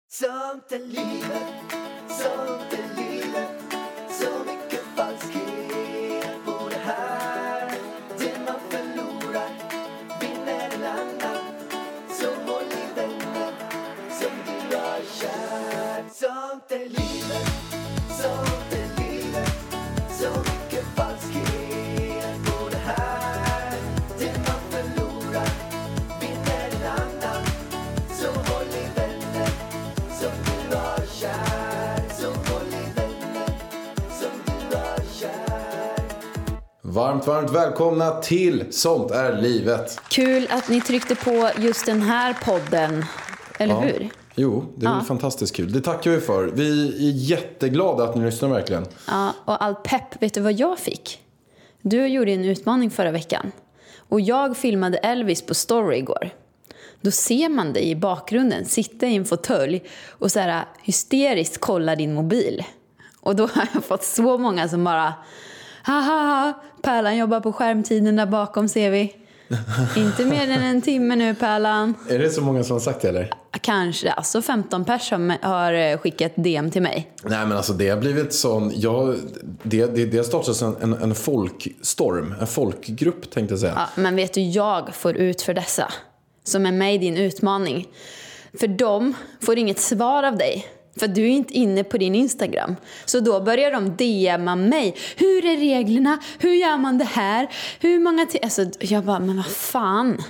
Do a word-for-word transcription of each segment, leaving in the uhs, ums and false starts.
Sånt är livet, sånt är livet. Så mycket falskhet på det här. Det man förlorar vinner en annan. Så håll i vänner som du har kär. Sånt är livet, sånt är livet. Så mycket falskhet på det här. Det man förlorar vinner en annan. Så håll i vänner som du har kär. Så håll i vänner som du har kär. Varmt, varmt välkomna till Sånt är livet. Kul att ni tryckte på just den här podden, eller Ja. hur? Jo, det är Ja. fantastiskt kul. Det tackar vi för. Vi är jätteglada att ni lyssnar verkligen. Ja, och all pepp, vet du vad jag fick? Du gjorde en utmaning förra veckan. Och jag filmade Elvis på story igår. Då ser man dig i bakgrunden sitta i en fåtölj och så här hysteriskt kolla din mobil. Och då har jag fått så många som bara... Haha, Pärlan jobbar på skärmtiden där bakom, ser vi. Inte mer än en timme nu, Pärlan. Är det så många som har sagt det, eller? Kanske, alltså femton personer har skickat D M till mig. Nej, men alltså det har blivit sån... Jag, det, det, det har startats en, en, en folkstorm. En folkgrupp, tänkte jag säga. Ja, men vet du, jag får ut för dessa som är med i din utmaning. För de får inget svar av dig. För du är inte inne på din Instagram. Så då börjar de D Ma mig. Hur är reglerna? Hur gör man det här? Hur många... T- alltså, jag bara, men vad fan?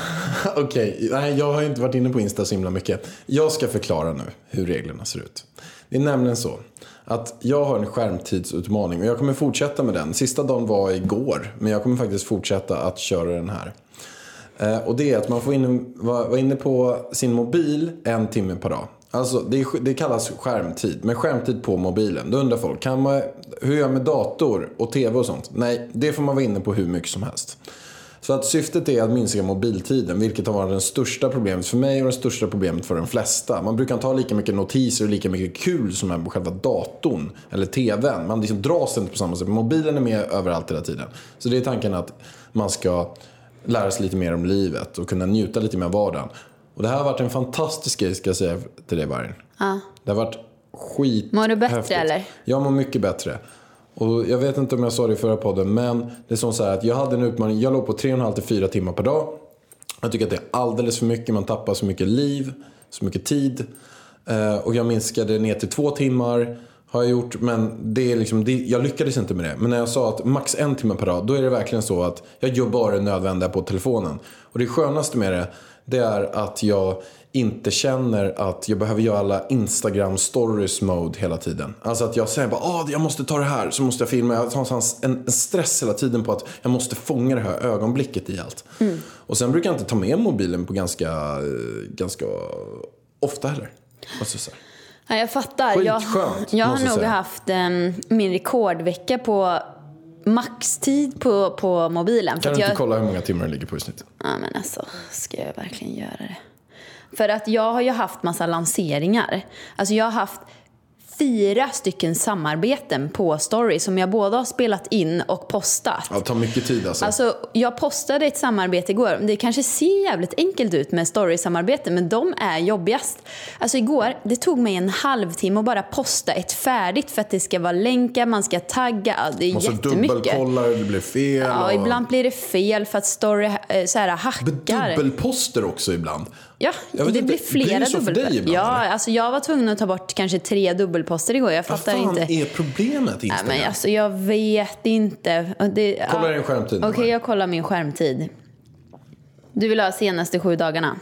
Okej, nej, jag har inte varit inne på Insta så himla mycket. Jag ska förklara nu hur reglerna ser ut. Det är nämligen så att jag har en skärmtidsutmaning och jag kommer fortsätta med den. Sista dagen var igår, men jag kommer faktiskt fortsätta att köra den här. Eh, och det är att man får in, vara var inne på sin mobil en timme per dag. Alltså det, är, det kallas skärmtid, men skärmtid på mobilen. Då undrar folk, kan man, hur gör jag med dator och tv och sånt? Nej, det får man vara inne på hur mycket som helst. Så att syftet är att minska mobiltiden, vilket har varit den största problemet för mig och det största problemet för de flesta. Man brukar inte ha lika mycket notiser och lika mycket kul som är på själva datorn eller tvn. Man liksom dras inte på samma sätt. Mobilen är med överallt hela tiden. Så det är tanken att man ska lära sig lite mer om livet och kunna njuta lite mer av vardagen. Och det här har varit en fantastisk grej, ska jag säga till dig, Vargen. Ja. Det har varit skit. Mår du bättre, häftigt. eller? Jag mår mycket bättre. Och jag vet inte om jag sa det i förra podden, men det är som så här att jag hade en utmaning. Jag låg på tre och en halv till fyra timmar per dag. Jag tycker att det är alldeles för mycket. Man tappar så mycket liv, så mycket tid. Eh, och jag minskade ner till två timmar har jag gjort. Men det är liksom, det, jag lyckades inte med det. Men när jag sa att max en timme per dag, då är det verkligen så att jag gör bara det nödvändiga på telefonen. Och det skönaste med det, det är att jag inte känner att jag behöver göra alla Instagram stories mode hela tiden. Alltså att jag säger bara, ah, jag måste ta det här, så måste jag filma. Jag har en, en stress hela tiden på att jag måste fånga det här ögonblicket i allt. Mm. Och sen brukar jag inte ta med mobilen på ganska, ganska ofta heller. Måste jag säga. Ja, jag fattar. Jag, Skitskönt, jag har måste jag nog säga. haft um, min rekordvecka på maxtid på, på mobilen. Kan för du att inte jag... kolla hur många timmar det ligger på i snitt? Ja, men alltså, ska jag verkligen göra det? För att jag har ju haft massa lanseringar. Alltså jag har haft fyra stycken samarbeten på story som jag både har spelat in och postat. Ja, det tar mycket tid alltså. Alltså, jag postade ett samarbete igår. Det kanske ser jävligt enkelt ut med story-samarbete, men de är jobbigast. Alltså igår, det tog mig en halvtimme att bara posta ett färdigt för att det ska vara länkar, man ska tagga. Det är måste jättemycket. dubbelkolla, det blir fel. Ja, och... ibland blir det fel för att story eh, så här hackar. Dubbelposter också ibland. Ja, Jag vet det inte, blir flera blir det så för dig dubbelposter. ibland, Ja, eller? alltså jag var tvungen att ta bort kanske tre dubbelposter igår. Jag Vad fattar fan inte. är problemet Nej, Instagram? men alltså jag vet inte. Det, Kolla ja. din skärmtid. Okej, okay, jag kollar min skärmtid. Du vill ha senaste sju dagarna?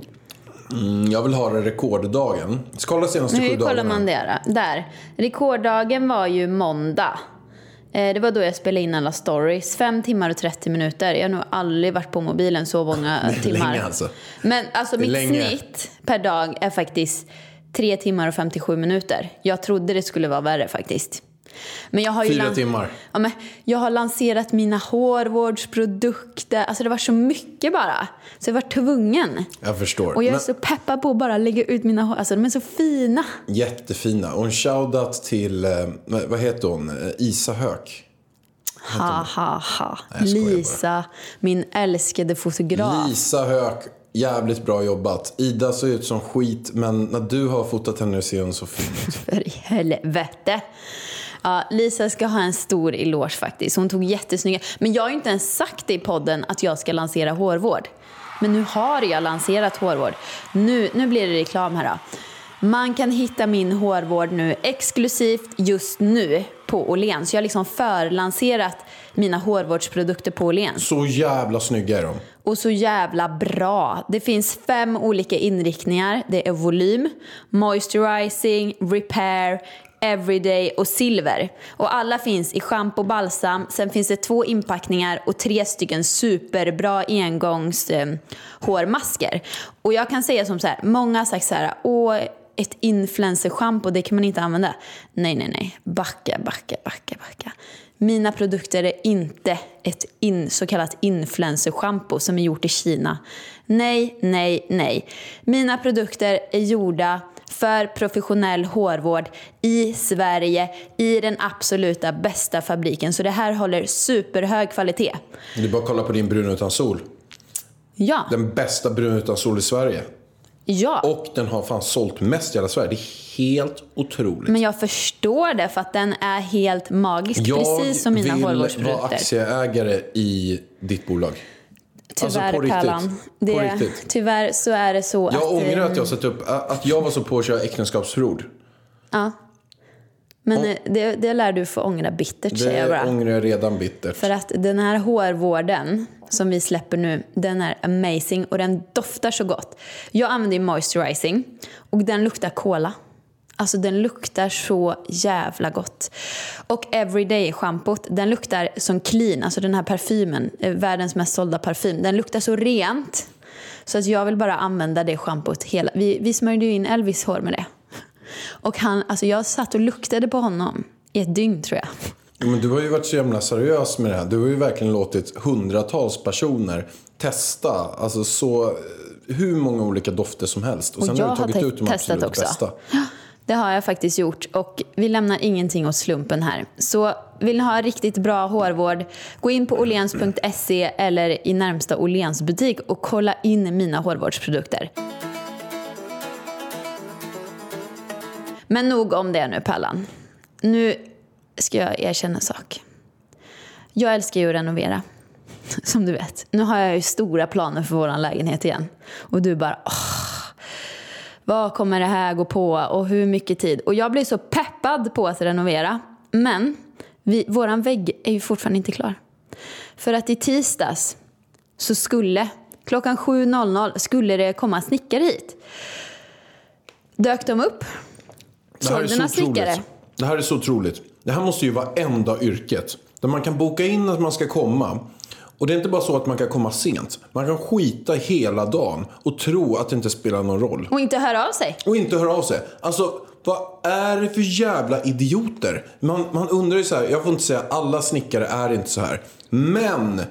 Mm, jag vill ha det rekorddagen. Ska kolla senaste Nu sju dagarna. kollar man det då. Där. Rekorddagen var ju måndag. Eh, det var då jag spelade in alla stories. Fem timmar och trettio minuter. Jag har nog aldrig varit på mobilen så många Det är timmar. länge alltså. Men alltså mitt länge. snitt per dag är faktiskt tre timmar och femtiosju minuter. Jag trodde det skulle vara värre faktiskt. Men jag har ju Fyra lan- timmar. Ja, men jag har lanserat mina hårvårdsprodukter. Alltså det var så mycket bara. Så jag var tvungen. Jag förstår. Och jag är Men så peppad på att bara lägga ut mina hår. Alltså de är så fina. jättefina. Och en shoutout till, eh, vad heter hon? Eh, Isa Höök. Ha, ha, ha. Nej, jag skojar Lisa, min älskade fotograf. Lisa Höök Jävligt bra jobbat. Ida ser ut som skit, men när du har fotat henne ser hon så fin ut. För i helvete. Ja, Lisa ska ha en stor eloge faktiskt. Hon tog jättesnygga. Men jag har ju inte ens sagt det i podden att jag ska lansera hårvård. Men nu har jag lanserat hårvård. Nu, nu blir det reklam här då. Man kan hitta min hårvård nu exklusivt just nu på Åhléns. Jag har liksom förlanserat mina hårvårdsprodukter på Åhléns. Så jävla snygga är de. Och så jävla bra. Det finns fem olika inriktningar. Det är volym, moisturizing, repair, everyday och silver. Och alla finns i shampoo och balsam. Sen finns det två inpackningar och tre stycken superbra engångs eh, hårmasker. Och jag kan säga som så här, många har sagt så här, åh, ett influencer-shampoo, det kan man inte använda. Nej, nej, nej. Backa, backa, backa, backa. Mina produkter är inte ett in, så kallat influencer-shampoo som är gjort i Kina. Nej, nej, nej. Mina produkter är gjorda för professionell hårvård i Sverige, i den absoluta bästa fabriken. Så det här håller superhög kvalitet. Det är bara att kolla på din brun utan sol. Ja. Den bästa brun utan sol i Sverige. Ja. Och den har fan sålt mest i hela Sverige. Det är helt otroligt. Men jag förstår det för att den är helt magisk. Jag precis som mina hårvårdsprodukter. Jag vill vara aktieägare i ditt bolag. Tyvärr, alltså på Pärlan. riktigt. Det, på riktigt. Tyvärr så är det så jag att... Jag ångrar ähm, att jag satt upp att jag var så på att köra äktenskapsförord. Ja. Men och, det, det lär du få ångra bittert, säger jag bara. Det ångrar jag redan bittert. För att den här hårvården som vi släpper nu, den är amazing och den doftar så gott. Jag använder moisturizing och den luktar cola. Alltså den luktar så jävla gott. Och everyday schampot, den luktar som clean. Alltså den här parfymen, världens mest sålda parfym. Den luktar så rent. Så att jag vill bara använda det schampot hela. Vi, vi smörjde ju in Elvis hår med det. Och han, alltså jag satt och luktade på honom i ett dygn tror jag. Men du har ju varit så jävla seriös med det här. Du har ju verkligen låtit hundratals personer testa. Alltså så, hur många olika dofter som helst. Och sen och jag har du tagit har ut de absolut också. bästa. Det har jag faktiskt gjort och vi lämnar ingenting åt slumpen här. Så vill ni ha riktigt bra hårvård, gå in på åhléns punkt se eller i närmsta Åhléns butik och kolla in mina hårvårdsprodukter. Men nog om det nu, Pallan. Nu ska jag erkänna en sak. Jag älskar ju att renovera, som du vet. Nu har jag ju stora planer för våran lägenhet igen. Och du bara, åh, vad kommer det här gå på och hur mycket tid? Och jag blir så peppad på att renovera. Men vi, våran vägg är ju fortfarande inte klar. För att i tisdags så skulle, klockan sju noll noll skulle det komma snickare hit. Dök de upp? Det här, är så snickare. det här är så otroligt. Det här måste ju vara enda yrket där man kan boka in att man ska komma. Och det är inte bara så att man kan komma sent. Man kan skita hela dagen och tro att det inte spelar någon roll. Och inte höra av sig. Och inte höra av sig. Alltså, vad är det för jävla idioter? Man, man undrar ju så här, jag får inte säga alla snickare är inte så här. Men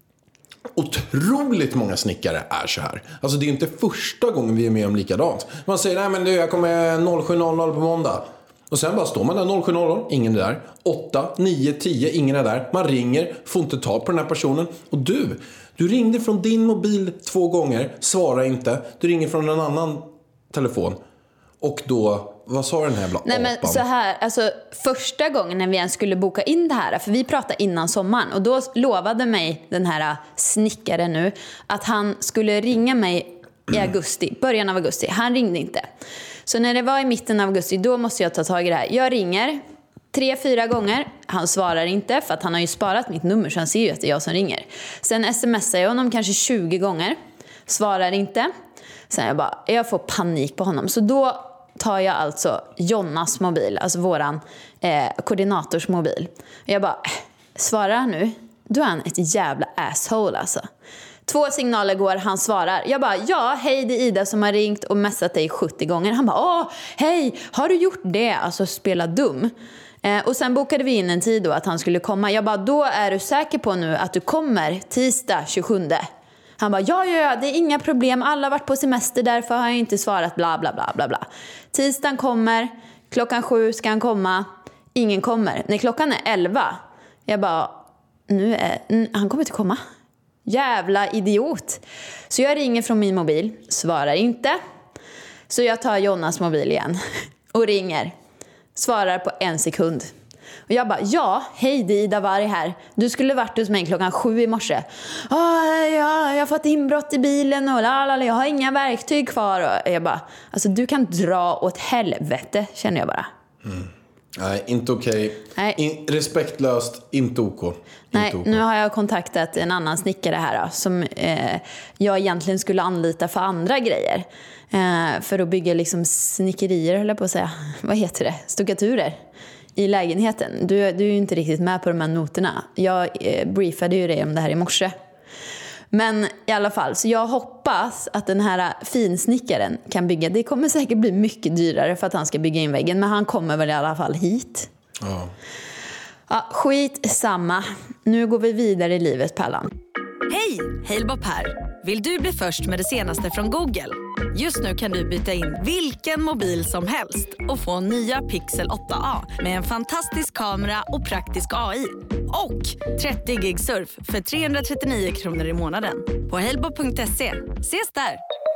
otroligt många snickare är så här. Alltså det är inte första gången vi är med om likadant. Man säger, nej men du, jag kommer sju noll noll på måndag. Och sen bara står man där sju noll noll, ingen är där. åtta, nio, tio, ingen är där. Man ringer, får inte ta på den här personen. Och du, du ringde från din mobil två gånger, svarar inte. Du ringer från en annan telefon. Och då, vad sa den här jävla Nej men apan? så här, alltså första gången när vi ens skulle boka in det här, för vi pratade innan sommaren, och då lovade mig den här snickaren nu att han skulle ringa mig i augusti, början av augusti. Han ringde inte. Så när det var i mitten av augusti, då måste jag ta tag i det här. Jag ringer tre, fyra gånger. Han svarar inte för att han har ju sparat mitt nummer, så han ser ju att det är jag som ringer. Sen smsar jag honom kanske tjugo gånger. Svarar inte. Sen jag bara, jag får panik på honom. Så då tar jag alltså Jonnas mobil, alltså våran eh, koordinators mobil. Och jag bara, svarar han nu? Då är han ett jävla asshole alltså. Två signaler går, han svarar. Jag bara, ja, hej, det är Ida som har ringt och messat dig sjuttio gånger. Han bara, åh, hej, har du gjort det? Alltså, spela dum. Eh, och sen bokade vi in en tid då att han skulle komma. Jag bara, då är du säker på nu att du kommer tisdag tjugosjunde? Han bara, ja, ja, ja, det är inga problem. Alla har varit på semester, därför har jag inte svarat, bla, bla, bla, bla, bla. Tisdagen kommer, klockan sju ska han komma. Ingen kommer. När klockan är elva, jag bara, nu är, han kommer inte komma. Jävla idiot. Så jag ringer från min mobil, svarar inte. Så jag tar Jonas mobil igen och ringer. Svarar på en sekund. Och jag bara, ja, hej, det är Ida Warg här. Du skulle varit hos mig klockan sju i morse. Ah, ja, jag har fått inbrott i bilen och lalala, jag har inga verktyg kvar. Och jag bara, alltså du kan dra åt helvete, känner jag bara. Mm. Nej, inte okej. Okay. In, respektlöst, inte OK. Inte Nej, OK. Nu har jag kontaktat en annan snickare här då, som eh, jag egentligen skulle anlita för andra grejer. Eh, för att bygga liksom snickerier, höll jag på att säga. Vad heter det? Stuckaturer i lägenheten. Du, du är ju inte riktigt med på de här noterna. Jag eh, briefade ju dig om det här i morse. Men i alla fall, så jag hoppas att den här finsnickaren kan bygga. Det kommer säkert bli mycket dyrare för att han ska bygga in väggen. Men han kommer väl i alla fall hit. Ja. Ja, skit samma. Nu går vi vidare i livet, Pallan. Hej, Halebop här. Vill du bli först med det senaste från Google? Just nu kan du byta in vilken mobil som helst och få nya Pixel åtta A med en fantastisk kamera och praktisk A I. Och trettio gig surf för trehundratrettionio kronor i månaden på halebop punkt se. Ses där!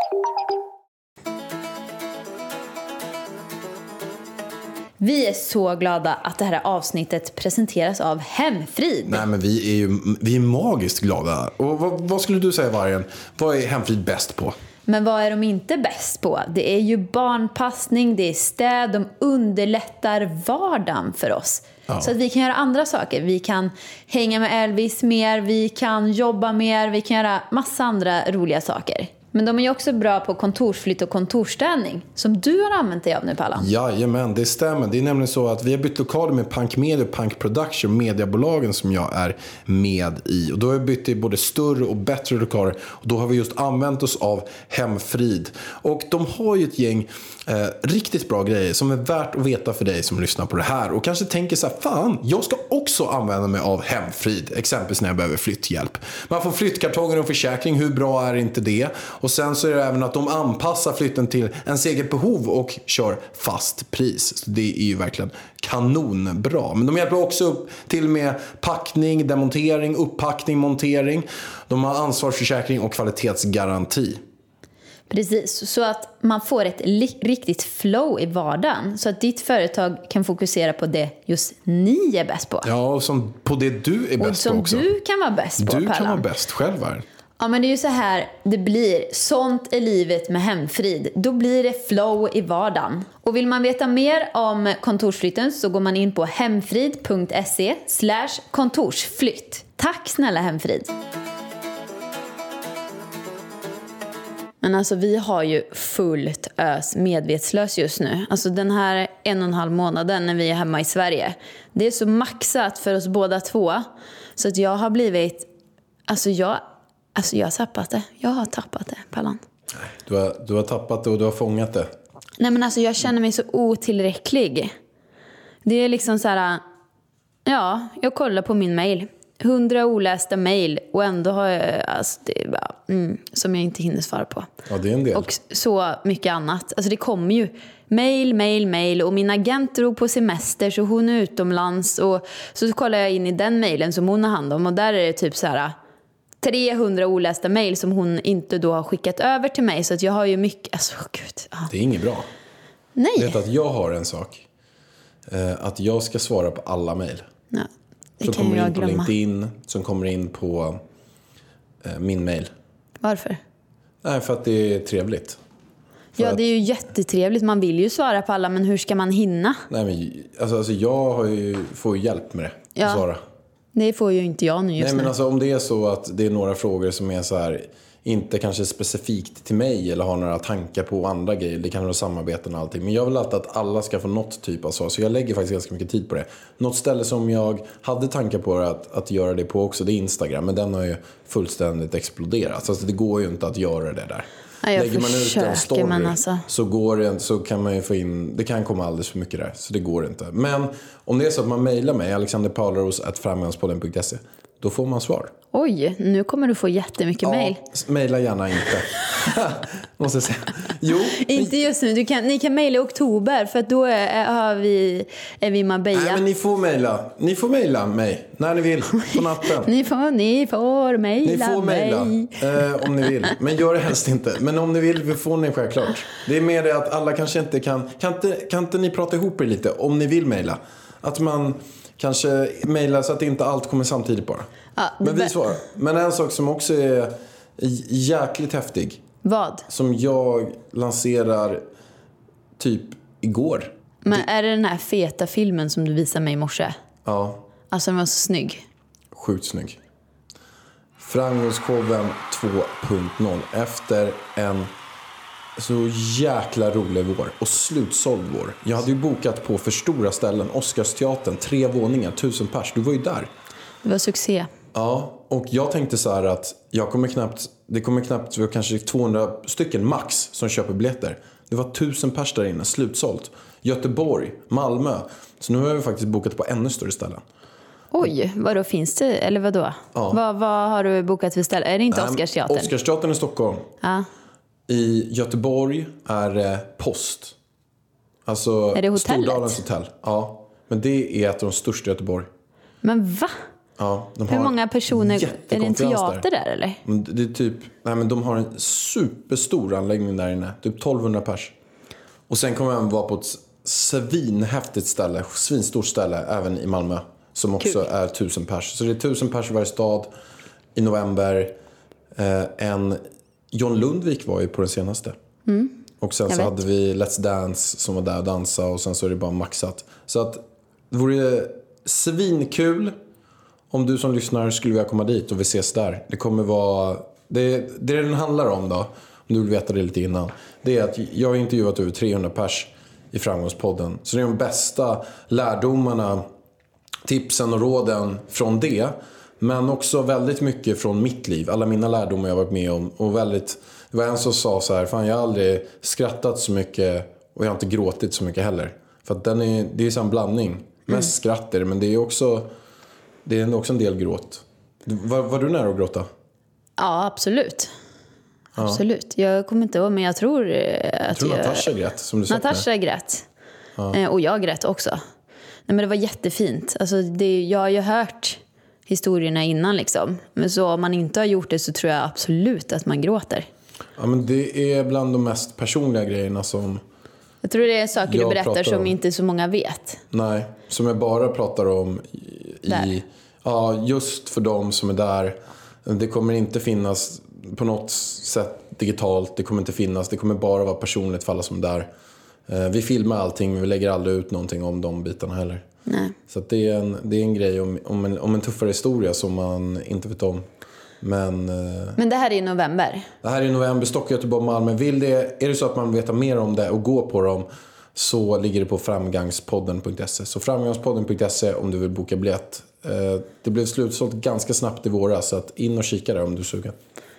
Vi är så glada att det här avsnittet presenteras av Hemfrid. Nej, men vi är ju vi är magiskt glada. Och vad, vad skulle du säga, Vargen? Vad är Hemfrid bäst på? Men vad är de inte bäst på? Det är ju barnpassning, det är städ, de underlättar vardagen för oss. Ja. Så att vi kan göra andra saker. Vi kan hänga med Elvis mer, vi kan jobba mer, vi kan göra massa andra roliga saker. Men de är ju också bra på kontorsflytt och kontorsstädning, som du har använt dig av nu, Pallan. Jajamän, det stämmer. Det är nämligen så att vi har bytt lokaler med Punk Media och Punk Production, mediebolagen som jag är med i. Och då har vi bytt till både större och bättre lokaler. Och då har vi just använt oss av Hemfrid. Och de har ju ett gäng eh, riktigt bra grejer som är värt att veta för dig som lyssnar på det här. Och kanske tänker så här, fan, jag ska också använda mig av Hemfrid. Exempelvis när jag behöver flytthjälp. Man får flyttkartonger och försäkring, hur bra är inte det? Och sen så är det även att de anpassar flytten till ens eget behov och kör fast pris. Så det är ju verkligen kanonbra. Men de hjälper också upp till med packning, demontering, upppackning, montering. De har ansvarsförsäkring och kvalitetsgaranti. Precis, så att man får ett li- riktigt flow i vardagen. Så att ditt företag kan fokusera på det just ni är bäst på. Ja, och som på det du är bäst på också. Och som du kan vara bäst på, Du Pallan. kan vara bäst själv här. Ja, men det är ju så här det blir. Sånt är livet med Hemfrid. Då blir det flow i vardagen. Och vill man veta mer om kontorsflytten så går man in på hemfrid punkt se slash kontorsflytt. Tack snälla Hemfrid. Men alltså vi har ju fullt ös medvetslös just nu. Alltså den här en och en halv månaden när vi är hemma i Sverige. Det är så maxat för oss båda två. Så att jag har blivit... Alltså jag... Alltså jag har tappat det. Jag har tappat det, Pallan. Du har, du har tappat det och du har fångat det. Nej, men alltså jag känner mig så otillräcklig. Det är liksom så här... Ja, jag kollar på min mail. Hundra olästa mail. Och ändå har jag... Alltså det är bara, mm, som jag inte hinner svara på. Ja, det är en del. Och så mycket annat. Alltså det kommer ju... Mail, mail, mail. Och min agent drog på semester så hon är utomlands. Och så kollar jag in i den mailen som hon har hand om. Och där är det typ så här... trehundra olästa mejl som hon inte då har skickat över till mig. Så att jag har ju mycket... Alltså, gud. Ja. Det är inget bra. Nej. Jag vet att jag har en sak. Eh, att jag ska svara på alla mejl. Ja, det som kan kommer jag in på glömma. LinkedIn. Som kommer in på eh, min mejl. Varför? Nej, för att det är trevligt. För Ja, att, det är ju jättetrevligt. Man vill ju svara på alla, men hur ska man hinna? Nej, men alltså, alltså jag har ju, får ju hjälp med det. Ja. Att svara. Det får ju inte jag nu just Nej, men nu. alltså om det är så att det är några frågor som är så här, inte kanske specifikt till mig eller har några tankar på andra grejer, det kan vara samarbeten och allting, men jag vill alltid att alla ska få något typ av svar, så jag lägger faktiskt ganska mycket tid på det. Något ställe som jag hade tankar på att, att göra det på också, det är Instagram, men den har ju fullständigt exploderat, så alltså, det går ju inte att göra det där. Ja, jag Lägger man ut försöker, en story men alltså... så går det, så kan man ju få in, det kan komma alldeles för mycket där, så det går inte. Men om det är så att man mejlar mig, alexander paularos at framgångspodden punkt se, då får man svar. Oj, nu kommer du få jättemycket Ja, mejl. mejla gärna inte. Måste jag säga. Jo. Inte just nu, du kan, ni kan mejla i oktober för att då är, har vi, är vi i Marbella. Nej, men ni får mejla. Ni får mejla mig när ni vill på natten. Ni får, ni får mejla Ni får mejla mig. eh, om ni vill. Men gör det helst inte. Men om ni vill får ni självklart. Det är mer det att alla kanske inte kan... Kan inte, kan inte ni prata ihop er lite om ni vill mejla? Att man kanske mejlar så att inte allt kommer samtidigt bara. Ja, Men vi bä- svarar. Men en sak som också är jäkligt häftig. Vad? Som jag lanserar typ igår. Men är det den här feta filmen som du visade mig i morse? Ja, Alltså den var så snygg. sjukt snygg. Framgångspodden två punkt noll. Efter en så jäkla rolig vår. Och slutsåld vår. Jag hade ju bokat på för stora ställen. Oscarsteatern, tre våningar, tusen pers. Du var ju där. Det var succé. Ja, och jag tänkte så här att jag kommer knappt, det kommer knappt, vi har kanske tvåhundra stycken max som köper biljetter. Det var tusen pers där inne, slutsålt. Göteborg, Malmö. Så nu har vi faktiskt bokat på ännu större ställen. Oj, vadå finns det? Eller vadå? Ja. Vad, vad har du bokat för ställe? Är det inte Nej, Oscarsteatern? Oscarsteatern i Stockholm. Ja. I Göteborg är det Post. Alltså Är det hotellet? Stordalens hotell. Ja, men det är ett av de största i Göteborg. Men va? Ja, de Hur har många personer? Är det en jättekonferens teater där eller? Men det är typ, nej men de har en superstor anläggning där inne. Typ tolvhundra pers. Och sen kommer jag vara på ett svinhäftigt ställe, svinstort ställe även i Malmö. Som också Kul. är tusen pers. Så det är tusen pers i varje stad i november. Eh, en John Lundvik var ju på den senaste. Mm. Och sen Jag så vet. hade vi Let's Dance som var där och dansa. Och sen så är det bara maxat. Så att det vore svinkul om du som lyssnar skulle vilja komma dit och vi ses där. Det kommer vara... Det, det den handlar om då, om du vill veta det lite innan. Det är att jag har intervjuat över trehundra pers i Framgångspodden. Så det är de bästa lärdomarna, tipsen och råden från det. Men också väldigt mycket från mitt liv. Alla mina lärdomar jag varit med om. Och väldigt... Det var en som sa så här, fan jag har aldrig skrattat så mycket och jag har inte gråtit så mycket heller. För att den är, det är en blandning. Mest skratt är det, men det är också... Det är också en del gråt. Var, var du nära att gråta? Ja, absolut. Absolut. Jag kommer inte ihåg, men jag tror eh, att Jag tror jag... Natasha grät, som du sa. Natasha grät. Eh, och jag grät också. Nej, men det var jättefint. Alltså, det, jag har ju hört historierna innan liksom. Men så om man inte har gjort det så tror jag absolut att man gråter. Ja, men det är bland de mest personliga grejerna som... Jag tror det är saker du Jag berättar pratar som om. inte så många vet. Nej, som jag bara pratar om i... Där. Ja, just för dem som är där. Det kommer inte finnas på något sätt digitalt. Det kommer inte finnas. Det kommer bara vara personligt för alla som är där. Eh, Vi filmar allting, men vi lägger aldrig ut någonting om de bitarna heller. Nej. Så att det, är en, det är en grej om, om, en, om en tuffare historia som man inte vet om. Men eh, Men det här är i november. det här är november, Stockholm, Göteborg, Malmö. Vill det, är det så att man vill veta mer om det och gå på dem, så ligger det på framgångspodden punkt se. Så framgångspodden punkt se om du vill boka biljett. Eh, Det blev slutsålt ganska snabbt i våras, så att in och kika där om du är sugen.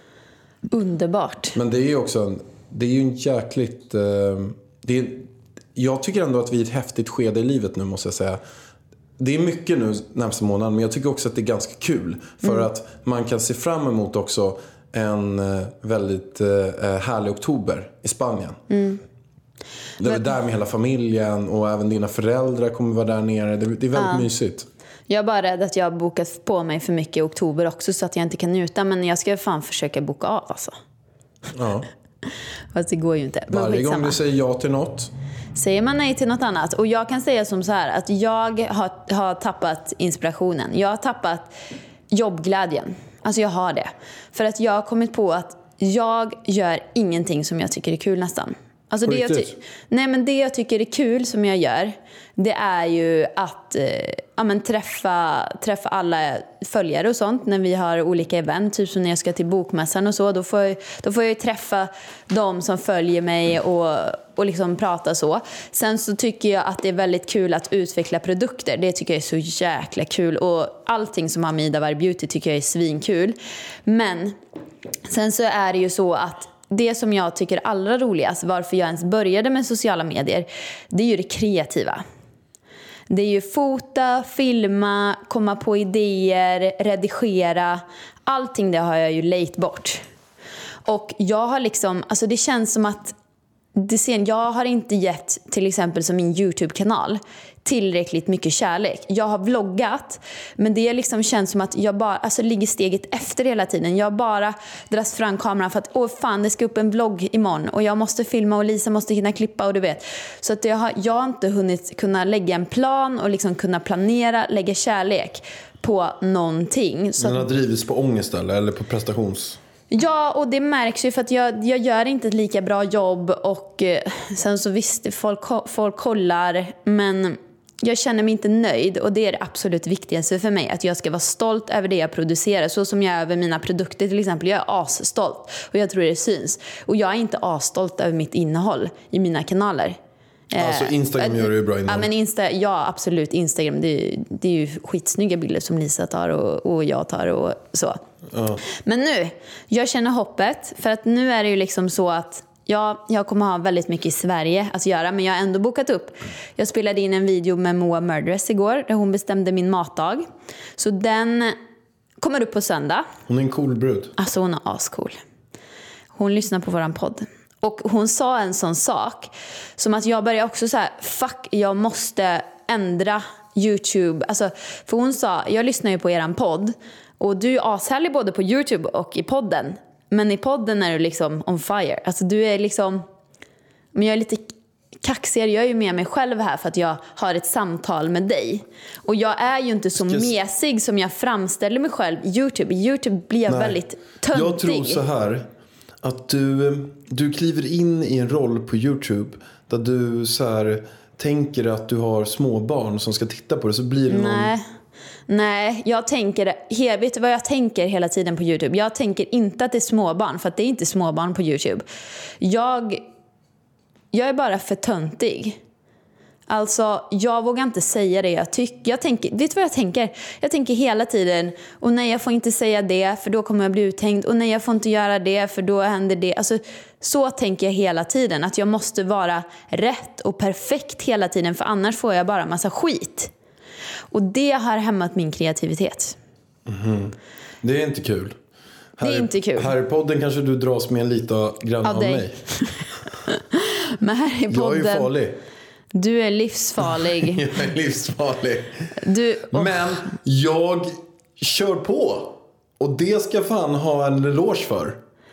Underbart. Men det är ju också en, det är ju en jäkligt... Eh, det är, jag tycker ändå att vi är i ett häftigt skede i livet nu, måste jag säga. Det är mycket nu närmaste månaden, men jag tycker också att det är ganska kul. För mm. att man kan se fram emot också en eh, väldigt eh, härlig oktober i Spanien. Mm. Det är men... där med hela familjen och även dina föräldrar kommer vara där nere. Det, det är väldigt ja. mysigt. Jag är bara rädd att jag har bokat på mig för mycket i oktober också så att jag inte kan njuta. Men jag ska fan försöka boka av alltså. Ja. Fast det går ju inte. Men varje skitsamma. gång du säger ja till något. Säger man nej till något annat. Och jag kan säga som så här att jag har, har tappat inspirationen. Jag har tappat jobbglädjen. Alltså jag har det. För att jag har kommit på att jag gör ingenting som jag tycker är kul nästan. Alltså det jag, ty- nej, men det jag tycker är kul som jag gör, det är ju att eh, ja, men träffa, träffa alla följare och sånt när vi har olika event. Typ som när jag ska till bokmässan och så. Då får jag, då får jag ju träffa de som följer mig och, och liksom prata så. Sen så tycker jag att det är väldigt kul att utveckla produkter. Det tycker jag är så jäkla kul. Och allting som har med Ida Varg Beauty tycker jag är svinkul. Men sen så är det ju så att det som jag tycker är allra roligast, varför jag ens började med sociala medier, det är ju det kreativa. Det är ju fota, filma, komma på idéer, redigera. Allting det har jag ju lejt bort. Och jag har liksom, alltså det känns som att det sen, jag har inte gett till exempel som min YouTube-kanal tillräckligt mycket kärlek. Jag har vloggat, men det liksom känns som att jag bara alltså, ligger steget efter hela tiden. Jag bara dras fram kameran för att åh fan, det ska upp en vlogg imorgon och jag måste filma och Lisa måste hinna klippa och du vet. Så att jag har, jag har inte hunnit kunna lägga en plan och liksom kunna planera, lägga kärlek på någonting. Så Den har drivits på ångest eller på prestations... Ja, och det märks ju för att jag, jag gör inte ett lika bra jobb och eh, sen så visst, folk, folk kollar, men jag känner mig inte nöjd och det är det absolut viktigaste för mig, att jag ska vara stolt över det jag producerar, så som jag är över mina produkter till exempel. Jag är asstolt och jag tror det syns, och jag är inte asstolt över mitt innehåll i mina kanaler. Alltså Instagram gör det ju bra innehåll. Ja, men Insta, ja, absolut. Instagram, det är, det är ju skitsnygga bilder som Lisa tar och, och jag tar och så. Ja. Men nu, jag känner hoppet, för att nu är det ju liksom så att ja, jag kommer ha väldigt mycket i Sverige att göra, men jag har ändå bokat upp. Jag spelade in en video med Moa Murderess igår där hon bestämde min matdag. Så den kommer upp på söndag. Hon är en cool brud. Alltså hon är ascool. Hon lyssnar på våran podd. Och hon sa en sån sak som att jag började också så här, fuck, jag måste ändra YouTube. Alltså, för hon sa, jag lyssnar ju på eran podd och du är ashärlig både på YouTube och i podden. Men i podden är du liksom on fire. Alltså du är liksom, men jag är lite kaxigare. Jag är ju med mig själv här för att jag har ett samtal med dig. Och jag är ju inte så mesig som jag framställer mig själv i YouTube. I YouTube blir jag Nej. väldigt töntig. Jag tror så här, att du, du kliver in i en roll på YouTube där du så här tänker att du har små barn som ska titta på det, så blir det någon... Nej. Nej, jag tänker, vet du vad jag tänker hela tiden på YouTube? Jag tänker inte att det är småbarn, för att det är inte småbarn på YouTube. Jag, jag är bara för töntig. Alltså, jag vågar inte säga det jag tycker. Jag tänker, vet du vad jag tänker? Jag tänker hela tiden, och nej, jag får inte säga det för då kommer jag bli uthängd. Och nej, jag får inte göra det för då händer det. Alltså, så tänker jag hela tiden. Att jag måste vara rätt och perfekt hela tiden, för annars får jag bara massa skit. Och det har hämmat min kreativitet. Mm-hmm. Det är inte kul. Det är här, inte kul. Här i podden kanske du dras med en lite grann av, av mig. Men här i podden... Jag är ju farlig. Du är livsfarlig. Jag är livsfarlig. Du, oh. Men jag kör på. Och det ska fan ha en eloge för.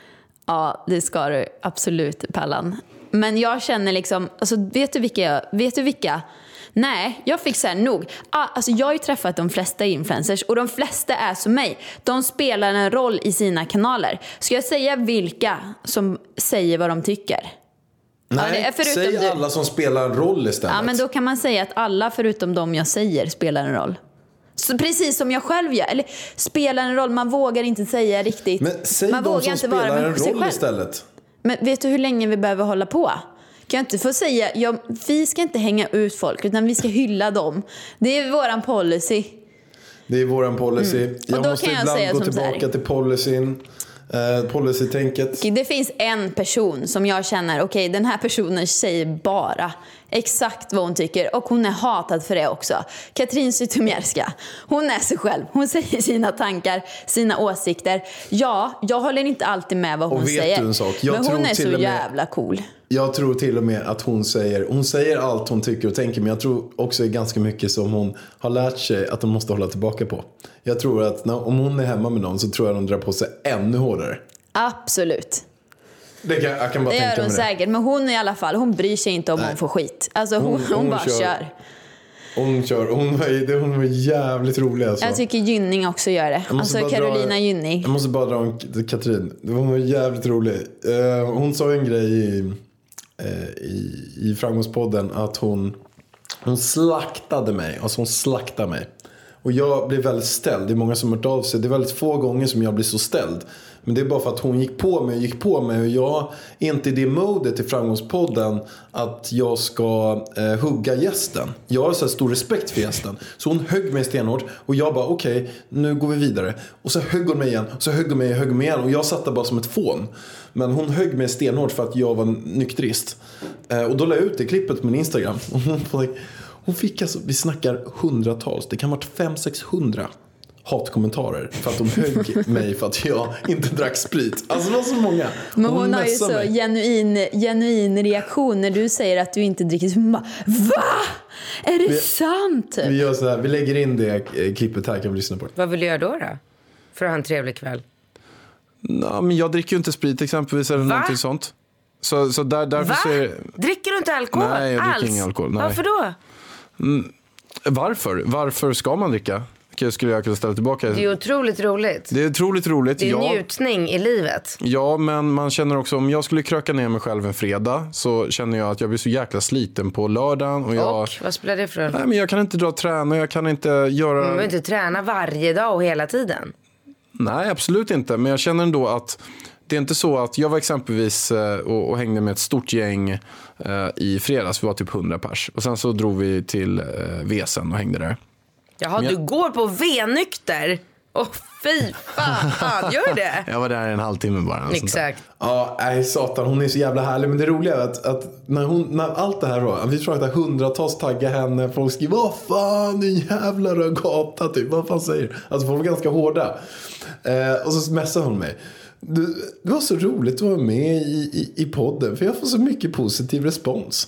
Ja, det ska du. Absolut, Pallan. Men jag känner liksom... Alltså, vet du vilka... Vet du vilka? Nej, jag fick så här nog. Ah, alltså jag har ju träffat de flesta influencers och de flesta är som mig. De spelar en roll i sina kanaler. Ska jag säga vilka som säger vad de tycker? Nej, ja, säg du. alla som spelar en roll istället. Ja, men då kan man säga att alla förutom de jag säger spelar en roll. Så precis som jag själv gör. Eller spelar en roll, man vågar inte säga riktigt. Men säg man de vågar som inte spelar vara en roll istället. Men vet du hur länge vi behöver hålla på? Kan jag inte få säga, jag, vi ska inte hänga ut folk utan vi ska hylla dem. Det är våran policy. Det är våran policy. Mm. Jag måste jag ibland gå tillbaka till policyn. Eh, policytänket. Det finns en person som jag känner, okej, okay, den här personen säger bara exakt vad hon tycker, och hon är hatad för det också. Katrin Zytomierska. Hon är sig själv. Hon säger sina tankar, sina åsikter. Ja, jag håller inte alltid med vad hon och vet säger. Du en sak? Jag men tror hon är så med, jävla cool. Jag tror till och med att hon säger hon säger allt hon tycker och tänker, men jag tror också är ganska mycket som hon har lärt sig att hon måste hålla tillbaka på. Jag tror att när, om hon är hemma med någon så tror jag de drar på sig ännu hårdare. Absolut. Det kan, jag kan bara det tänka gör hon mig säkert, men hon i alla fall, hon bryr sig inte om Nej. hon får skit. Alltså hon, hon, hon, hon bara kör. kör. Hon kör. Hon var, hon var jävligt rolig alltså. Jag tycker Gynning också gör det. Alltså Carolina dra, Gynning. Jag måste bara dra om Katrin. Hon var jävligt rolig. Uh, hon sa en grej i, uh, i, i Framgångspodden att hon, hon slaktade mig. Alltså hon slaktade mig. Och jag blev väldigt ställd. Det är många som har hört av sig. Det är väldigt få gånger som jag blir så ställd. Men det är bara för att hon gick på mig och gick på mig. Och jag är inte i det modet i Framgångspodden att jag ska eh, hugga gästen. Jag har så här stor respekt för gästen. Så hon högg mig stenhårt. Och jag bara okej, okay, nu går vi vidare. Och så högg hon mig igen. Och så högg hon mig och högg mig igen. Och jag satt där bara som ett fån. Men hon högg mig stenhårt för att jag var nykterist. Eh, och då la jag ut det klippet på min Instagram. Hon fick alltså, vi snackar hundratals, det kan ha varit fem sexhundra hatkommentarer för att de högg mig för att jag inte drack sprit. Alltså det var så många. Men hon, hon har ju så genuin, genuin reaktion när du säger att du inte dricker. Så hon bara, va? Är det vi, sant? Vi gör så här, vi lägger in det eh, klippet här, kan vi lyssna på det. Vad vill du göra då då? För att ha en trevlig kväll? Nej, men jag dricker ju inte sprit exempelvis eller Va? någonting sånt. Så, så där, därför Va? så är... Dricker du inte alkohol? Nej, jag dricker alls? ingen alkohol. Nej. Varför då? Mm, varför? Varför ska man dricka? Skulle jag kunna ställa tillbaka. Det är otroligt roligt. Det är otroligt roligt. Det är ja. njutning i livet. Ja, men man känner också, om jag skulle kröka ner mig själv en fredag så känner jag att jag blir så jäkla sliten på lördagen. Och, jag, och vad spelar det för roll? Nej, men jag kan inte dra och träna, jag kan inte göra... Man behöver inte träna varje dag och hela tiden. Nej, absolut inte. Men jag känner ändå att det är inte så att jag var exempelvis och, och hängde med ett stort gäng eh, i fredags. Vi var typ hundra pers. Och sen så drog vi till eh, Vesen och hängde där. Jaha, jag... du går på V-nykter? Åh, oh, fy fan, gör det? Jag var där en halvtimme bara. Exakt. Ja, nej, satan, hon är så jävla härlig. Men det roliga är att, att när, hon, när allt det här var, vi tror att det hundratals taggar henne. Folk skriver, vad fan, en jävla rögata, typ. Vad fan säger du? Alltså, folk var ganska hårda. Eh, och så smsade hon mig. Du, det var så roligt att vara med i, i, i podden. För jag får så mycket positiv respons.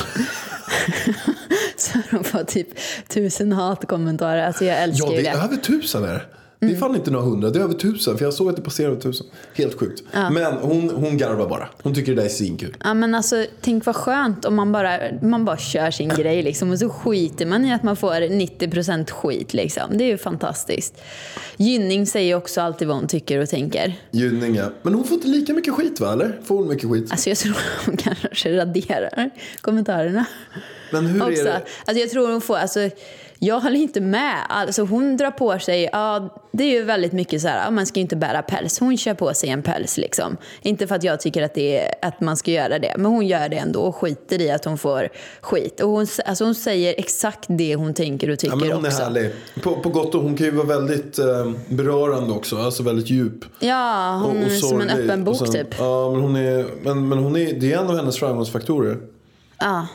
Så de får typ tusen hatkommentarer. Alltså jag älskar ja, ju det. Ja, det är över tusen är det. Det är fan inte några hundra, det är över tusen. För jag såg att det passerade över tusen. Helt sjukt. Ja. Men hon, hon garvar bara. Hon tycker det där är svinkul. Ja, men alltså, tänk vad skönt om man bara, man bara kör sin grej liksom. Och så skiter man i att man får nittio procent skit liksom. Det är ju fantastiskt. Gynning säger också alltid vad hon tycker och tänker. Gynning, ja. Men hon får inte lika mycket skit, va? Eller? Får hon mycket skit? Alltså jag tror hon kanske raderar kommentarerna. Men hur också. är det? Alltså jag tror hon får, alltså jag håller inte med. Alltså hon drar på sig, ja det är ju väldigt mycket så här, ja, man ska ju inte bära päls. Hon kör på sig en päls liksom. Inte för att jag tycker att, det är, att man ska göra det, men hon gör det ändå och skiter i att hon får skit. Och hon, alltså hon säger exakt det hon tänker och tycker också. Ja, men hon också. Är härlig. På, på gott och hon kan ju vara väldigt eh, berörande också, alltså väldigt djup. Ja, hon och, och är som en öppen bok sen, typ. Ja, men hon är, men, men hon är, det är en av hennes framgångsfaktorer. Ja.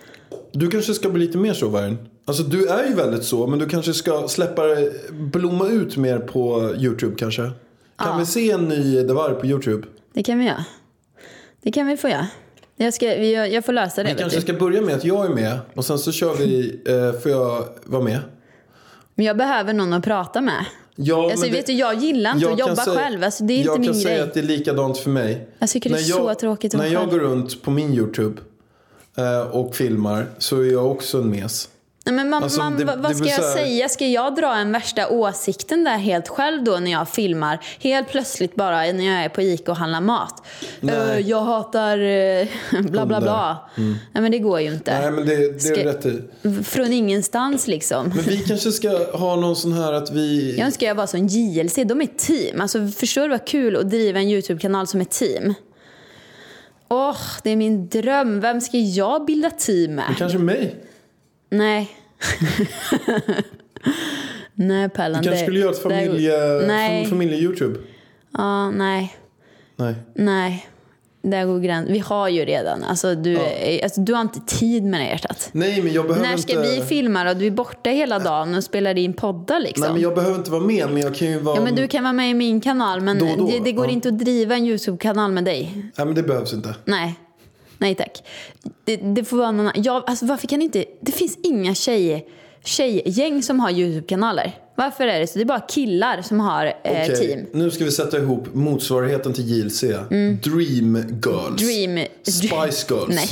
Du kanske ska bli lite mer så, Vargen. Alltså du är ju väldigt så, men du kanske ska släppa blomma ut mer på YouTube kanske. Kan ja. vi se en ny Devar på YouTube? Det kan vi göra. Det kan vi få göra. Jag, ska, jag får lösa det. Vi kanske du. ska börja med att jag är med. Och sen så kör vi, eh, får jag vara med? Men jag behöver någon att prata med. Ja, alltså, men vet det, du, jag gillar inte att jobba säga, själv. Alltså, det är inte min grej. Jag kan säga att det är likadant för mig. Jag tycker det är när jag, så tråkigt att När jag själv. går runt på min YouTube eh, och filmar så är jag också en mes. Nej, men man, alltså, man, det, vad det ska jag här... säga? Ska jag dra en värsta åsikten där helt själv då när jag filmar? Helt plötsligt bara när jag är på Ica och handlar mat. Uh, jag hatar uh, bla bla bla. Mm. Nej, men det går ju inte. Nej, men det, det är ska... rätt i. Från ingenstans liksom. Men vi kanske ska ha någon sån här att vi... Jag önskar jag var som J L C. De är team. Alltså, förstår du vad kul att driva en YouTube-kanal som ett team? Åh, oh, det är min dröm. Vem ska jag bilda team med? Men kanske mig? Nej. Nej, Pallan. Du kanske skulle göra ett familje, nej. familje-YouTube? Ja, nej. Nej. Nej. Där går gränsen. Vi har ju redan. Alltså du, ja. alltså, du har inte tid med det hjärtat. Nej, men jag behöver När ska inte... vi filma och du är borta hela dagen och spelar in poddar liksom? Nej, men jag behöver inte vara med, men jag kan ju vara... Ja, men du kan vara med i min kanal, men då då. Det, det går ja. inte att driva en YouTube-kanal med dig. Nej, men det behövs inte. Nej. Nej, tack. Det, det får vara någon annan. Jag, alltså, varför kan inte... Det finns inga tjej, tjejgäng som har YouTube-kanaler. Varför är det så? Det är bara killar som har eh, okay. team. Nu ska vi sätta ihop motsvarigheten till J L C. Mm. Dream Girls. Dream... Spice Girls. Nej.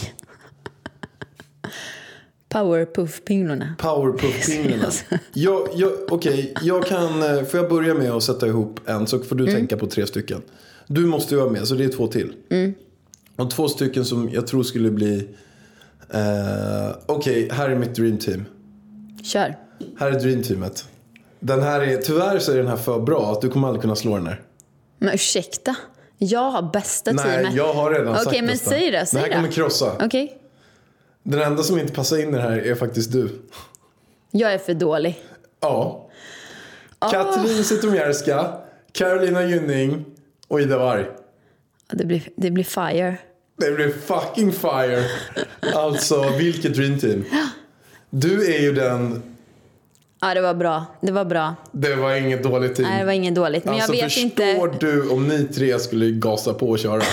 Powerpuff-pinglorna. Powerpuff-pinglorna. jag, jag, Okej, okay. jag kan... Får jag börja med att sätta ihop en, så får du mm. tänka på tre stycken. Du måste ju vara med, så det är två till. Mm. Och två stycken som jag tror skulle bli... Uh, Okej, okay, här är mitt dream team. Kör. Här är dream teamet. Den här är, tyvärr så är den här för bra att du kommer aldrig kunna slå den här. Men ursäkta. Jag har bästa Nej, teamet. Nej, jag har redan okay, sagt men bästa. säg det, säg det här kommer krossa. Okej. Okay. Den enda som inte passar in i det här är faktiskt du. Jag är för dålig. Ja. Oh. Katrin Zytomierska, Carolina Gynning och Ida Warg. Det blir, det blir fire. Det blir fucking fire. Alltså, vilket dream team. Du är ju den... Ja, det var bra. Det var bra. Det var inget dåligt team. Nej, det var inget dåligt. Men alltså, jag vet förstår inte... du om ni tre skulle gasa på och köra?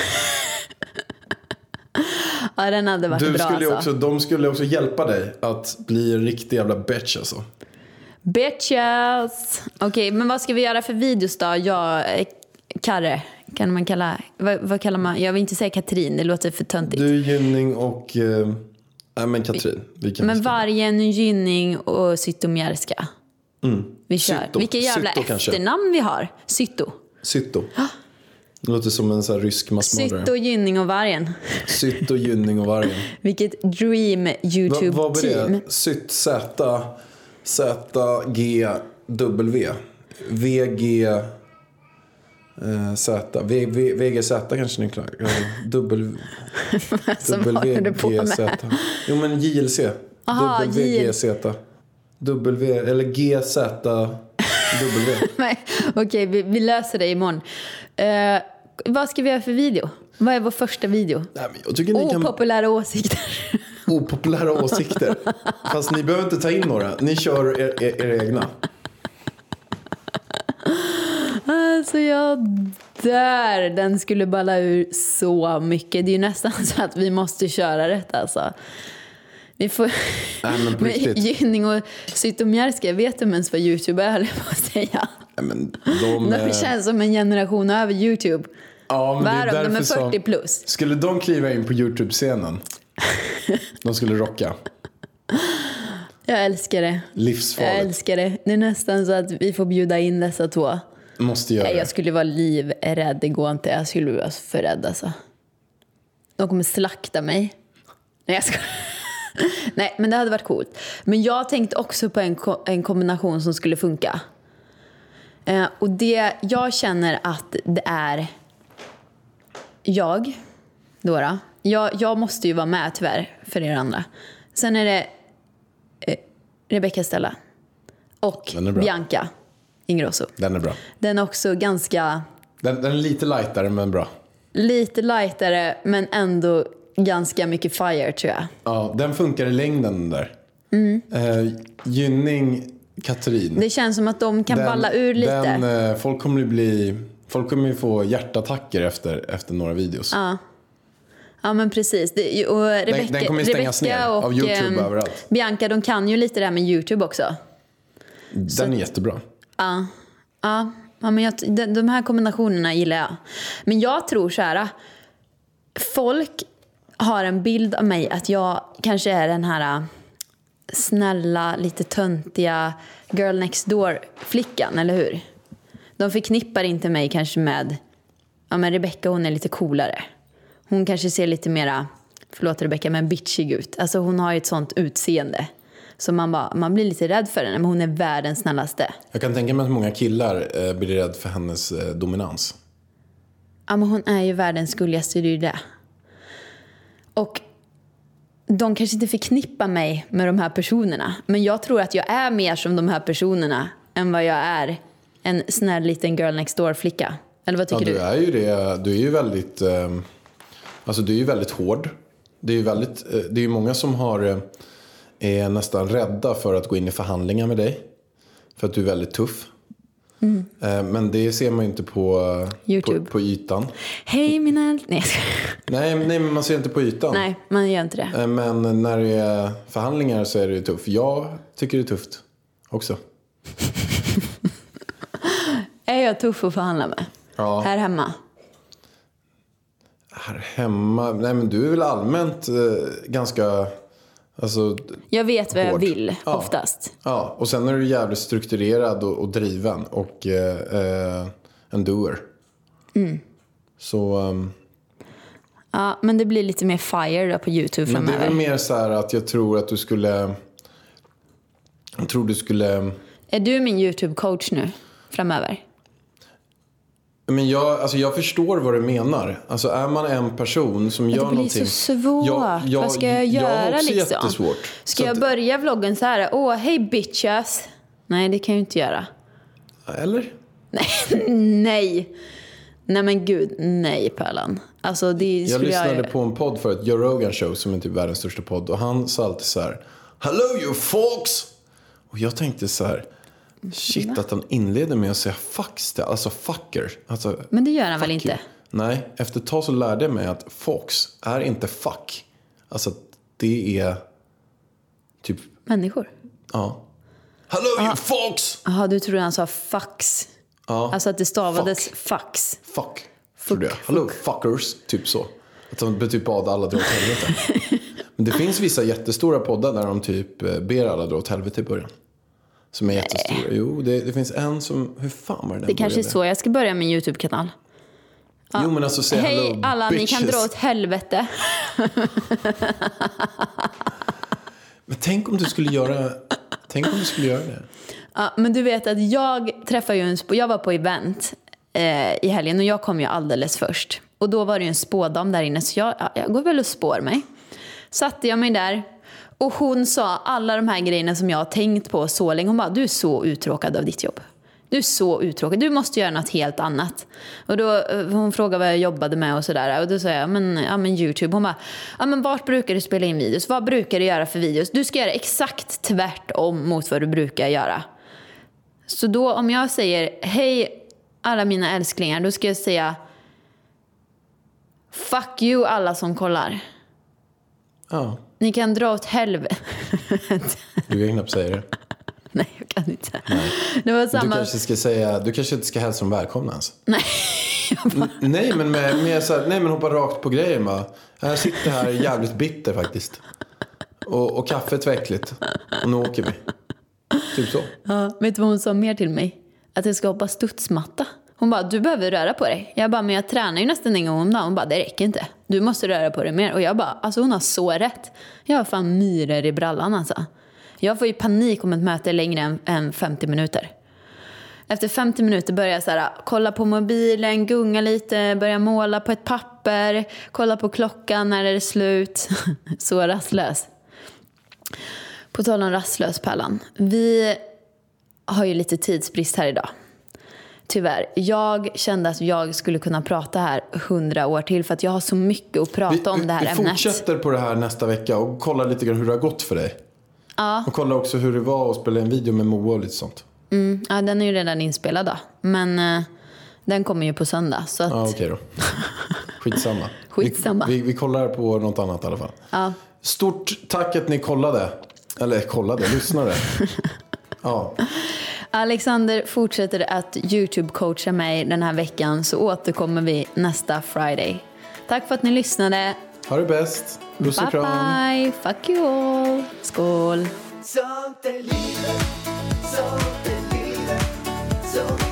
Ja, den hade varit Du bra skulle alltså. också, de skulle också hjälpa dig att bli en riktig jävla bitch alltså. Bitches! Okej, okay, men vad ska vi göra för videos då? Jag, eh, Karre, kan man kalla... Vad, vad kallar man? Jag vill inte säga Katrin, det låter för töntigt. Du, Gynning och... Eh, nej, men Katrin. Vi kan men bestämma. Vargen, Gynning och Zytomierska. Mm. Vi kör. Sytto. Vilka jävla Sytto, kanske. efternamn vi har. Sytto. Sytto. Det låter som en sån här rysk massmördare. Sytto, Gynning och Vargen. Sytto, Gynning och Vargen. Vilket dream YouTube-team. Vad var det? Sytt, Z, Z, G, W. V, G, eh, Z. V, V, V, G, Z kanske ni klarar. W, Alltså, vad håller du på med? Z. Jo, men J L C. Aha, W, G, Z. W, eller G, Z, W. Nej, okej, vi, vi löser det imorgon. Uh, vad ska vi göra för video? Vad är vår första video? Nej, men jag tycker ni kan... Opopulära åsikter. Opopulära åsikter. Fast ni behöver inte ta in några. Ni kör er, er, er egna. Alltså jag dör. Den skulle balla ur så mycket. Det är ju nästan så att vi måste köra rätt alltså. Vi får... Nej, men på riktigt. Gynning och Zytomierska, vet du ens vad YouTube är, höll jag på att säga. Nej, men de, De känns som en generation över YouTube. ja, men Vad det är är de? De är därför fyrtio som, plus. skulle de kliva in på YouTube-scenen, de skulle rocka. Jag älskar det. Livsfarligt. Jag älskar det. Det är nästan så att vi får bjuda in dessa två. Måste göra Nej, det. jag skulle vara livrädd. Det går inte. Jag skulle vara för rädd alltså. De kommer slakta mig. Nej, jag ska... Nej, men det hade varit coolt. Men jag tänkte också på en, ko- en kombination som skulle funka. Eh, och det jag känner att det är jag, Dora. Jag, jag måste ju vara med tyvärr för er andra. Sen är det eh, Rebecca Stella och Den är bra. Bianca Ingrosso. Den är bra. Den är också ganska Den, den är lite lightare men bra. lite lightare men ändå ganska mycket fire tror jag. Ja, den funkar i längden den där. Mm. Eh, Gynning, Katrin. Det känns som att de kan Den- balla ur lite. Den, eh, folk kommer ju bli... Folk kommer ju få hjärtattacker efter, efter några videos. Ja. Ja, men precis. Det, och Rebecca, den kommer ju stängas Rebecca ner och av YouTube ehm, överallt. Bianca, de kan ju lite det här med YouTube också. Den är jättebra. Ja, ja, ja men jag, de, de här kombinationerna gillar jag. Men jag tror så här, folk har en bild av mig att jag kanske är den här snälla, lite töntiga girl next door-flickan, eller hur? De förknippar inte mig kanske med, ja men Rebecca, hon är lite coolare. Hon kanske ser lite mera, förlåt Rebecca, men bitchig ut. Alltså hon har ju ett sånt utseende. Så man, bara, man blir lite rädd för henne, men hon är världens snällaste. Jag kan tänka mig att många killar eh, blir rädd för hennes eh, dominans. Ja, men hon är ju världens gulligaste, det är ju det. Och de kanske inte förknippar mig med de här personerna. Men jag tror att jag är mer som de här personerna än vad jag är en snäll liten girl next door-flicka. Eller vad Ja, tycker du du? är ju det. Du är ju väldigt... Eh, alltså du är ju väldigt hård. Det är ju väldigt... Eh, det är ju många som har... Eh, är nästan rädda för att gå in i förhandlingar med dig. För att du är väldigt tuff. Mm. Eh, men det ser man ju inte på, YouTube. på, på ytan. Hej mina... Nej, jag ska... Nej, nej, men man ser inte på ytan. Nej, man gör inte det. Eh, men när det är förhandlingar så är det ju tufft. Jag tycker det är tufft också. Är jag tuff att förhandla med? Ja. Här hemma? Här hemma... Nej, men du är väl allmänt eh, ganska... Alltså, Jag vet vad jag hård. vill, Ja. oftast. Ja, och sen är du jävligt strukturerad och, och driven och eh, eh, en doer. Mm. Så, um, Ja, men det blir lite mer fire då på YouTube men det är framöver. väl mer så här att jag tror att du skulle... Jag tror du skulle... Är du min YouTube-coach nu framöver? Men jag, alltså jag förstår vad du menar. Alltså är man en person som gör Det blir någonting... så svårt. Jag, jag, Vad ska jag Jag har göra också liksom? jättesvårt. Ska Så jag att- börja vloggen så här? Åh, hej bitches. Nej, det kan jag ju inte göra. Eller? Nej. Nej men gud, nej Pärlan. Alltså det Jag skulle lyssnade jag... på en podd för ett Joe Rogan show som är typ världens största podd. Och han sa alltid så här: Hello you folks! Och jag tänkte så här, shit att han inleder med att säga fucks, alltså fucker. Alltså, Men det gör han väl fuck inte? you. Nej, efter ett tag så lärde jag mig att folks är inte fuck. Alltså det är typ, Människor? ja. Hello you folks! Jaha, du tror han sa fax. Ja. Alltså att det stavades Fuck. fax. Fuck, trodde jag. Hello fuckers, typ så. Att de typ bad alla dra åt helvete. Men det finns vissa jättestora poddar där de typ ber alla dra åt helvete i början. Som är jättestora. Jo, det, det finns en som, hur fan var det den Det kanske är började? så jag ska börja min YouTube-kanal. Jo, men alltså säg Hej hello alla, bitches. ni kan dra åt helvete. Men tänk om du skulle göra, tänk om du skulle göra det. Ja, men du vet att jag träffade ju en spå, jag var på event eh, i helgen och jag kom ju alldeles först. Och då var det ju en spådam där inne så jag, jag går väl och spår mig. Satte jag mig där och hon sa alla de här grejerna som jag har tänkt på så länge. Hon bara, du är så uttråkad av ditt jobb. Du är så uttråkad, du måste göra något helt annat. Och då, hon frågade vad jag jobbade med och sådär. Och då sa jag, men, ja men YouTube. Hon bara, ja men vart brukar du spela in videos? Vad brukar du göra för videos? Du ska göra exakt tvärtom mot vad du brukar göra. Så då om jag säger, hej alla mina älsklingar, då ska jag säga, fuck you alla som kollar. Ja, Ni kan dra åt helvete. du kan knappt säga det. Nej, jag kan inte. Nej. Det var Du samma... kanske ska säga, du kanske inte ska hälsa dem välkomna ens. Nej, jag bara... N- nej, men med, med så här, nej men hoppa rakt på grejen bara. Jag sitter här jävligt bitter faktiskt. Och, och kaffet var äckligt. Och nu åker vi. Typ så. Ja, vet du vad hon sa mer till mig? Att jag ska hoppa studsmatta. Hon bara, du behöver röra på dig. Jag bara, men jag tränar ju nästan en gång om dagen. Hon bara, det räcker inte. Du måste röra på dig mer. Och jag bara, alltså hon har så rätt. Jag har fan myror i brallan alltså. Jag får ju panik om ett möte är längre än, än femtio minuter. Efter femtio minuter börjar jag så här, kolla på mobilen, gunga lite, börja måla på ett papper, kolla på klockan när det är slut. Så rastlös. På tal om rastlös, Pärlan. Vi har ju lite tidsbrist här idag. Tyvärr. Jag kände att jag skulle kunna prata här hundra år till för att jag har så mycket att prata Vi, om det här vi ämnet. fortsätter på det här nästa vecka och kollar lite grann hur det har gått för dig. Ja. Och kolla också hur det var att spela en video med Moa och lite sånt. Mm, ja, den är ju redan inspelad då. Men eh, den kommer ju på söndag. Så att... Ja, okej då. Skitsamma. Skitsamma. Vi, vi, vi kollar på något annat i alla fall. Ja. Stort tack att ni kollade. Eller kollade, lyssnade. Ja. Alexander fortsätter att YouTube-coacha mig den här veckan. Så återkommer vi nästa Friday. Tack för att ni lyssnade. Ha det bäst. Puss och Bye kram. bye. Fuck you all. Skål. Sånt är livet, sånt är livet, så